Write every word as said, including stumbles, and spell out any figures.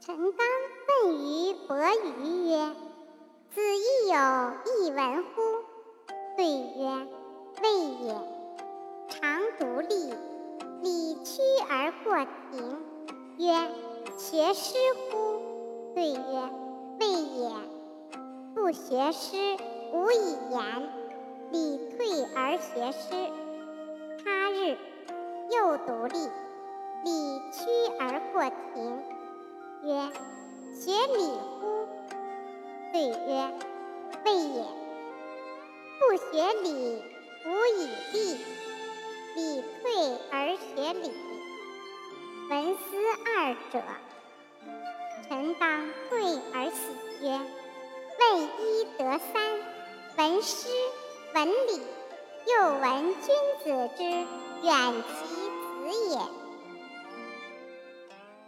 陈刚问于伯鱼曰：“子亦有一文乎？”对曰：“未也。”常独立，礼屈而过庭，曰：“学诗乎？”对曰：“未也。”不学诗，无以言，礼退而学诗。他日又独立，礼屈而过庭，曰：“学礼乎？”对曰：“未也。”不学礼，无以立，礼退而学礼。闻斯二者，陈刚退而喜曰：“问一得三，闻诗，闻礼，又闻君子之远其子也。”